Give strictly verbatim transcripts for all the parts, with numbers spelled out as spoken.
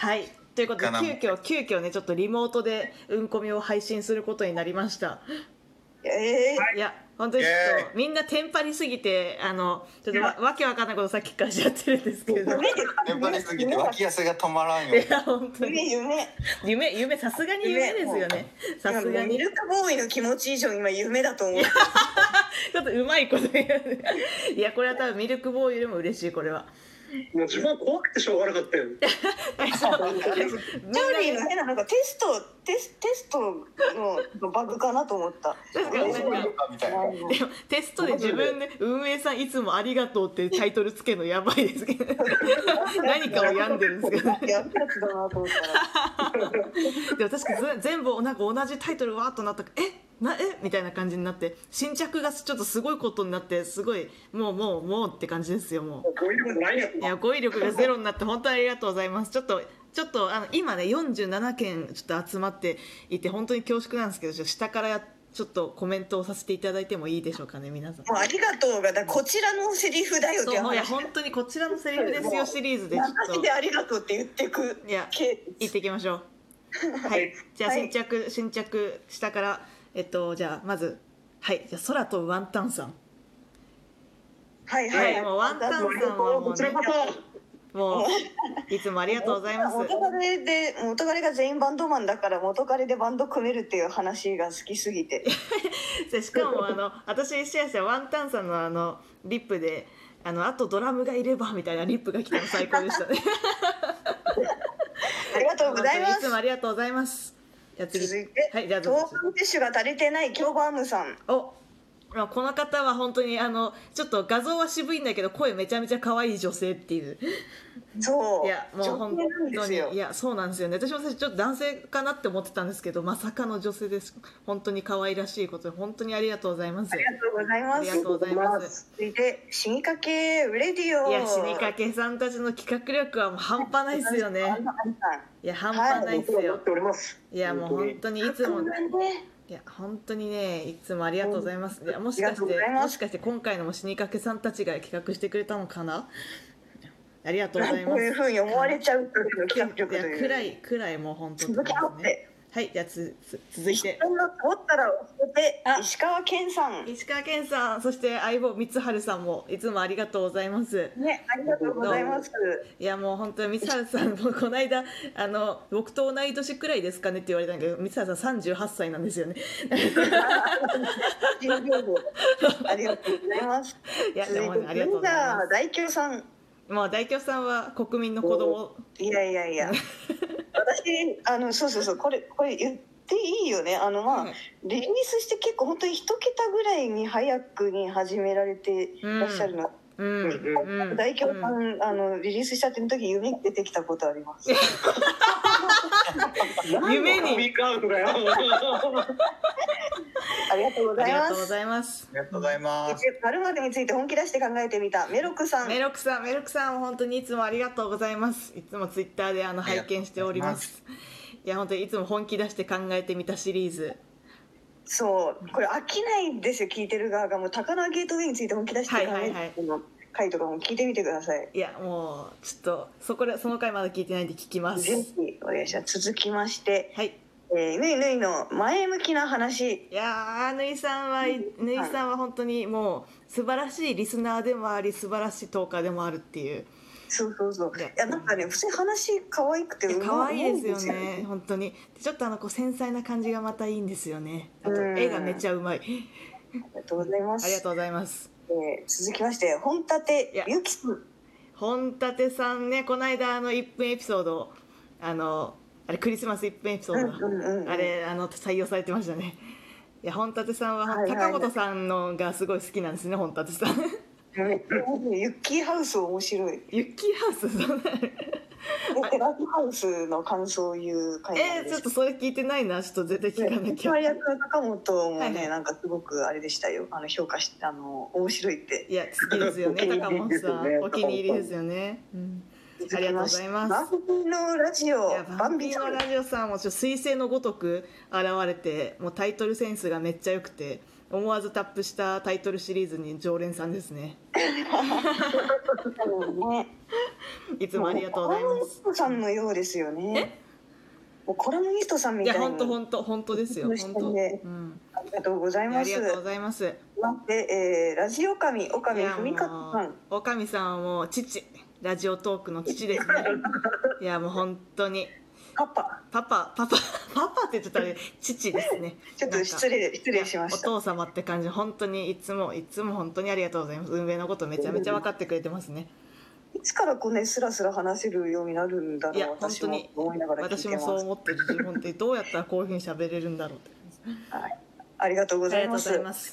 はい、ということで急遽急遽ねちょっとリモートでうんこみを配信することになりました。 えー、いや本当にちょっとみんなテンパりすぎてあのちょっと わ, わけわかんないことさっきからしちゃってるんですけどテンパりすぎて脇汗が止まらんよ。 いや本当に夢夢夢さすがに夢ですよね。さすがにミルクボーイの気持ち以上今夢だと思うちょっとうまいこと言ういやこれは多分ミルクボーイよりも嬉しい。これはもう自分は怖くてしょうがなかったよ。 チャーリーの変ななんかテストテステストのバグかなと思った。 でもテストで自分で運営さんいつもありがとうってタイトルつけるのやばいですけど何かを病んでるんですけど、ね、 やったやつだなと思ったらでも確かに全部なんか同じタイトルわーっとなったえなえみたいな感じになって新着がちょっとすごいことになってすごいもうもうもうって感じですよ。もう語彙力ないやつ。 いや語彙力がゼロになって本当にありがとうございます。ちょっとちょっとあの今ねよんじゅうななけんちょっと集まっていて本当に恐縮なんですけど下からやちょっとコメントをさせていただいてもいいでしょうかね皆さん。 もうありがとうがだこちらのセリフだよってそういや本当にこちらのセリフですよシリーズでちょっとマジでありがとうって言ってくいや言っていきましょうはいじゃあ新着、はい、新着下からえっとじゃあまずはいじゃあ空とワンタンさんはいはい、 はい、もうワンタンさんはもうねもういつもありがとうございます。 元彼で元彼が全員バンドマンだから元彼でバンド組めるっていう話が好きすぎてしかもあの私シェアしたワンタンさんのあのリップであのあとドラムがいればみたいなリップが来たの最高でしたねありがとうございます。 いつもありがとうございます。じゃあ次続いて、はい、じゃあ糖分摂取が足りてないキョーバームさん。 おこの方は本当にあのちょっと画像は渋いんだけど声めちゃめちゃ可愛い女性っていうそういやもう本当にいやそうなんですよね。私も最初ちょっと男性かなって思ってたんですけどまさかの女性です。本当に可愛らしいことで本当にありがとうございます。 ありがとうございます。 ありがとうございます。 続いて死にかけレディオ。 いや死にかけさんたちの企画力はもう半端ないですよね。いや半端ないですよ、はい、いやもう本当にいつもいや本当にねいつもありがとうございます。いやもしかしてもしかして今回のも死にかけさんたちが企画してくれたのかな。ありがとうございます。 こういうふうに思われちゃうという企画力という。 くらいくらいもう本当に、 ね、続き合って。 はいじゃあつつ続いて。 思ったら教えて石川健さん。 石川健さんそして相棒光晴さんもいつもありがとうございます。 ねありがとうございます。 いやもう本当に光晴さんもこの間あの僕と同い年くらいですかねって言われたんだけど光晴さんさんじゅうはっさいなんですよね。 ありがとうございます。 いやでもありがとうございます。 大京さん。 もう大京さんは国民の子供。 いやいやいや。私あのそうそうそうこれこれ言っていいよね。あのまあ、うん、リリースして結構本当に一桁ぐらいに早くに始められていらっしゃるの。うんうん、大京さん、うん、あのリリースしたっての時夢に出てきたことあります。 夢に。 ありがとうございます。 ありがとうございます。 ありがとうございます。 パルマデについて本気出して考えてみたメロクさん。 メロクさん、メロクさん本当にいつもありがとうございます。いつもツイッターであの拝見しております。いや本当にいつも本気出して考えてみたシリーズ。 そうこれ飽きないんですよ聞いてる側がもう高輪ゲートウェイについて本気出して考えてるの回とかも聞いてみてください。 いやもうちょっとそこでその回まだ聞いてないんで聞きます。 ぜひお願いします。続きまして、 はい。 えー、ぬいぬいの前向きな話。 いやーぬいさんはぬいさんは本当にもう素晴らしいリスナーでもあり素晴らしいトーカーでもあるっていう。 そうそうそう。いやなんかね普通に話可愛くて可愛いですよね本当に。ちょっとあのこう繊細な感じがまたいいんですよね。あと絵がめっちゃうまい。ありがとうございます。 ありがとうございます。 えー、続きまして本立ゆきさん。 本立さんねこの間あのいっぷんエピソードあのあれクリスマスいっぷんエピソード、うんうんうん、あれあの採用されてましたね。いや本立さんは、はいはいはい、高本さんのがすごい好きなんですね本立さん。 ユッキーハウス面白い。 ユッキーハウスそんなテラスハウスの感想を言う回なんです。えー、ちょっとそれ聞いてないな。ちょっと絶対聞かなきゃ。 最悪高本もね、はいはい、なんかすごくあれでしたよ。あの評価してあの面白いって。 いや好きですよね高本さん。お気に入りですよね。うん、ありがとうございます。 バンビのラジオ。 バンビのラジオさんもちょっと彗星のごとく現れて、もうタイトルセンスがめっちゃ良くて。 思わずタップしたタイトルシリーズに常連さんですね。いつもありがとうございます。 コラムニストさんのようですよね。もうコラムニストさんみたいに。 いや本当本当本当ですよ。本当。うん。 ありがとうございます。ありがとうございます。 で、えー、ラジオ神おかみふみかさん。 おかみさんはもう父、ラジオトークの父ですね。いやもう本当に。 パパパパパパパパって言っちゃったら父ですね。 ちょっと失礼失礼しました。 お父様って感じ。本当にいつもいつも本当にありがとうございます。運営のことめちゃめちゃ分かってくれてますね。 いつからこうねスラスラ話せるようになるんだろう。 いや本当に私もそう思ってる。自分ってどうやったらこういうふうに喋れるんだろうって。 はい、ありがとうございます。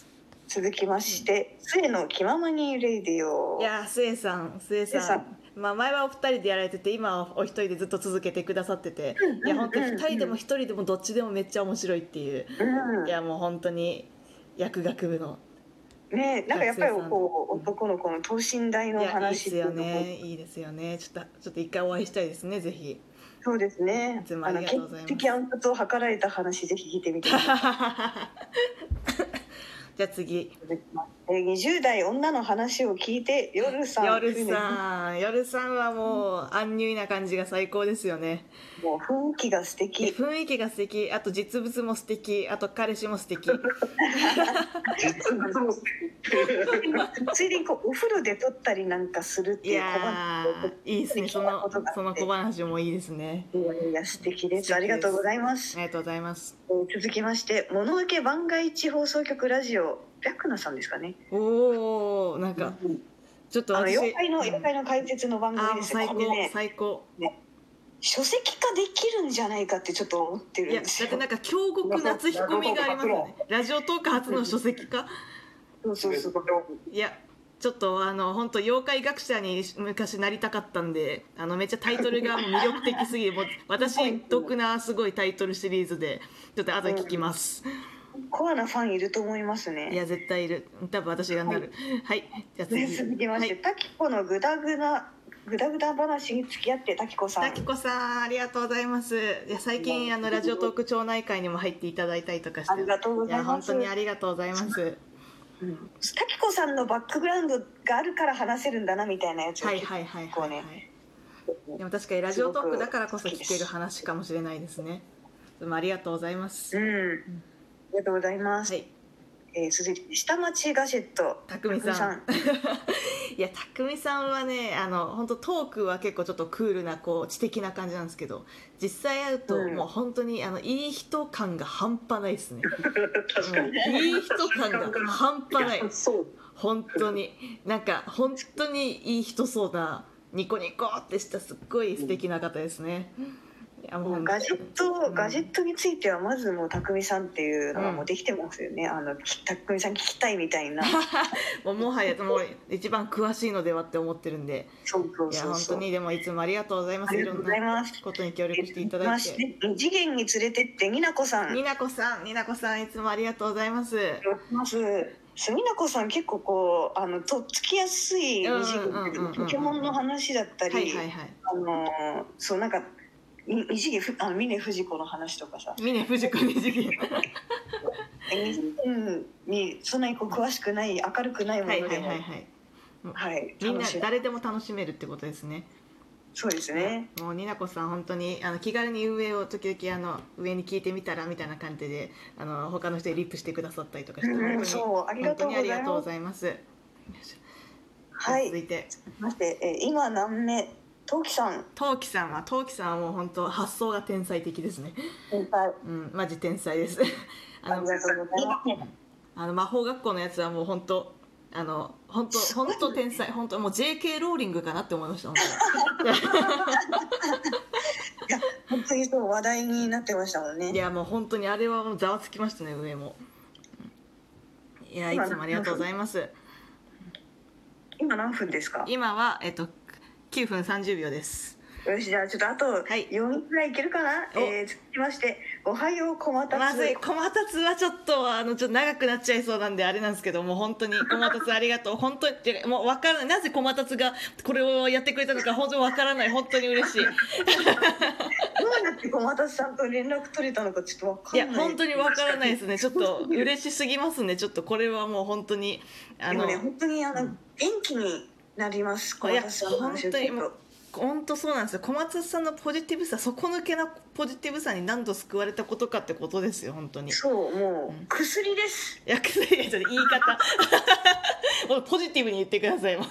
続きまして、末の気ままにレディオ。 いや末さん末さん。まあ、前はお二人でやられてて今はお一人でずっと続けてくださってて、いや本当に二人でも一人でもどっちでもめっちゃ面白いっていう、いやもう本当に薬学部のね、なんかやっぱりこう男の子の等身大の話いいですよね。いいですよね。ちょっとちょっと一回お会いしたいですね。ぜひ。 そうですね。 いつもありがとうございます。 血的暗殺を図られた話ぜひ聞いてみてください。 じゃあ次。 にじゅう代女の話を聞いて夜さん。 夜さん、夜さんはもうアンニュイな感じが最高ですよね。 もう雰囲気が素敵。 雰囲気が素敵。あと実物も素敵。あと彼氏も素敵。 実物も素敵。 ついでにこうお風呂で撮ったりなんかするっていう。 いやいいですね。そのその小話もいいですね。 いやいや素敵です。ありがとうございます。 ありがとうございます。 続きましてもののけ番外地放送局ラジオ。白菜さんですかね。 おお、なんか、うん、ちょっと私妖怪の妖怪の解説の番組です。 最高、ね、最高、 ね。書籍化できるんじゃないかってちょっと思ってるんですよ。 いやだってなんか京極夏彦みがありますよね。ラジオトーク初の書籍化。 そうそうそう。 いや。ちょっとあの本当妖怪学者に昔なりたかったんで、あのめっちゃタイトルが魅力的すぎる。もう私得なすごいタイトルシリーズでちょっと後で聞きます。 コアなファンいると思いますね。 いや絶対いる。多分私がなる。はい。はい、じゃあ次。 続きまして、タキコのグダグダグダグダ話に付き合ってタキコさん。 タキコさんありがとうございます。いや最近あのラジオトーク町内会にも入っていただいたりとかして、 ありがとうございます。 いや本当にありがとうございます。 うん、タキコさんのバックグラウンドがあるから話せるんだなみたいなやつを、はいはいはいはい、はい、でも確かにラジオトークだからこそ聞ける話かもしれないですね。でもありがとうございます。 うん、うん、ありがとうございます。はい、えー、続いて下町ガジェットたくみさん。いやたくみさんはねあの本当トークは結構ちょっとクールなこう知的な感じなんですけど、実際会うともう本当にあのいい人感が半端ないですね。 確かにいい人感が半端ない。本当になんか本当にいい人そうなニコニコってしたすっごい素敵な方ですね。 いやもうガジェット、うん、ガジェットについてはまずもうたくみさんっていうのがもうできてますよね。うん、あのたくみさん聞きたいみたいな。 もうもはやもう一番詳しいのではって思ってるんで。 そうそうそうそう。 いや本当にでもいつもありがとうございます。いろんなことに協力していただいて。 二次元に連れてってになこさん。 になこさん、になこさんいつもありがとうございます。 まず。すみなこさん結構こうあのとっつきやすい二次元ポケモンの話だったり、あのそうなんか二次元あの峰不二子の話とかさ。 峰不二子二次元。 二次元にそんなにこう詳しくない明るくないものでも、はいはいはいはい、みんな誰でも楽しめるってことですね。 そうですね。 もうになこさん本当にあの気軽に運営を時々あの上に聞いてみたらみたいな感じであの他の人にリップしてくださったりとかして、 うん、そうありがとうございます。 はい。 続いてましてえ今何目トウキさん。 トウキさんはトウキさんはもう本当発想が天才的ですね。 天才。 うんマジ天才です。 あのありがとうございます。 あの魔法学校のやつはもう本当。あの本当本当天才本当もう ジェーケー ローリングかなって思いました。本当にいや本当にそう話題になってましたもんね。 いやもう本当にあれはもうざわつきましたね上も。いやいつもありがとうございます。 今何分ですか？ 今はえっときゅうふんさんじゅうびょうです。 よしじゃあちょっとあとよんくらいいけるかな。はい、えー、続きましておはようこまたつ。 まずいこまたつはちょっとあのちょっと長くなっちゃいそうなんであれなんですけども本当にこまたつありがとう本当にもう分からないなぜこまたつがこれをやってくれたのか本当に分からない本当に嬉しい。 どうやって小松さんと連絡取れたのかちょっとわかんない。 いや本当にわからないですね。ちょっと嬉しすぎますね。ちょっとこれはもう本当にあのでもね本当にあの、うん、元気になります。小松さんの話を聞くと。 本当そうなんですよ。小松さんのポジティブさ、底抜けなポジティブさに何度救われたことかってことですよ本当に。 そうもう、うん、薬です。 いや薬じゃ言い方もうポジティブに言ってくださいも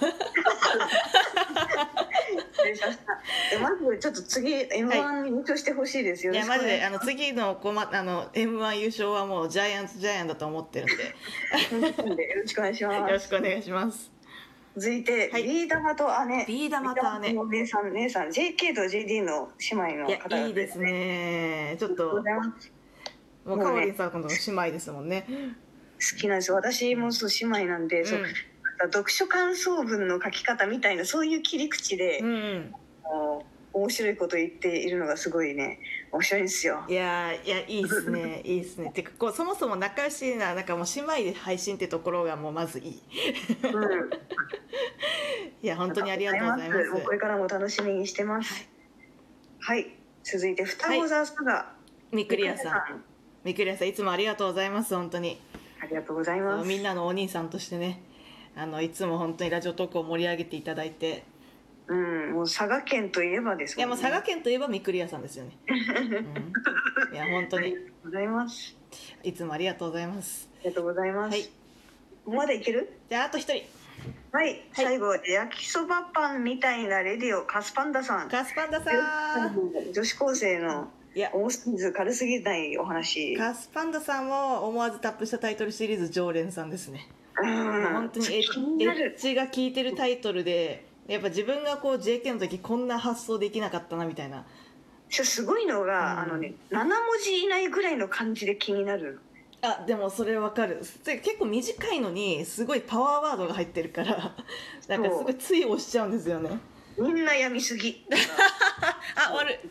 まずちょっと次 エムワン 優勝してほしいですよ。 いやマジであの次のこまあの エムワン 優勝はもうジャイアンツジャイアンだと思ってるんでよろしくお願いします。 よろしくお願いします。 続いて、はい、ビー玉と姉。 ビー玉と姉。 姉さん、姉さん、ジェーケー と ジェーディー の姉妹の方、ね、 いやいいですね。ちょっともうかおりんさんの姉妹ですもんね。 好きなんですよ。私もそう姉妹なんで、うん、そう読書感想文の書き方みたいなそういう切り口で、うん、面白いこと言っているのがすごいね面白いんですよ。 いやいやいいですねいいですね。てかこうそもそも仲良しななんかもう姉妹で配信ってところがもうまずいい。うん、いや本当にありがとうございます。 もうこれからも楽しみにしてます。はい、はい、続いて双子座サガ、はい、 みくりやさん。みくりやさんいつもありがとうございます本当に。 ありがとうございます。 みんなのお兄さんとしてねあのいつも本当にラジオトークを盛り上げていただいて。 うん、もう佐賀県といえばですもんね。 いやもう佐賀県といえばみくりやさんですよね。うん、いや本当に。ありがとうございます。 いつもありがとうございます。 ありがとうございます。はい。まだいける？ じゃああと一人。 はい、はい、最後焼きそばパンみたいなレディオカスパンダさん。 カスパンダさん。 女子高生の重すぎず軽すぎないお話。 カスパンダさんも思わずタップしたタイトルシリーズ常連さんですね。うん。本当にエッジが効いてるタイトルで。やっぱ自分がこう ジェーケー の時こんな発想できなかったなみたいな。 すごいのが、うん、あのねななもじ以内ぐらいの感じで気になる。 あでもそれわかる。結構短いのにすごいパワーワードが入ってるからなんかすごいつい押しちゃうんですよね。 みんな病みすぎあ終わる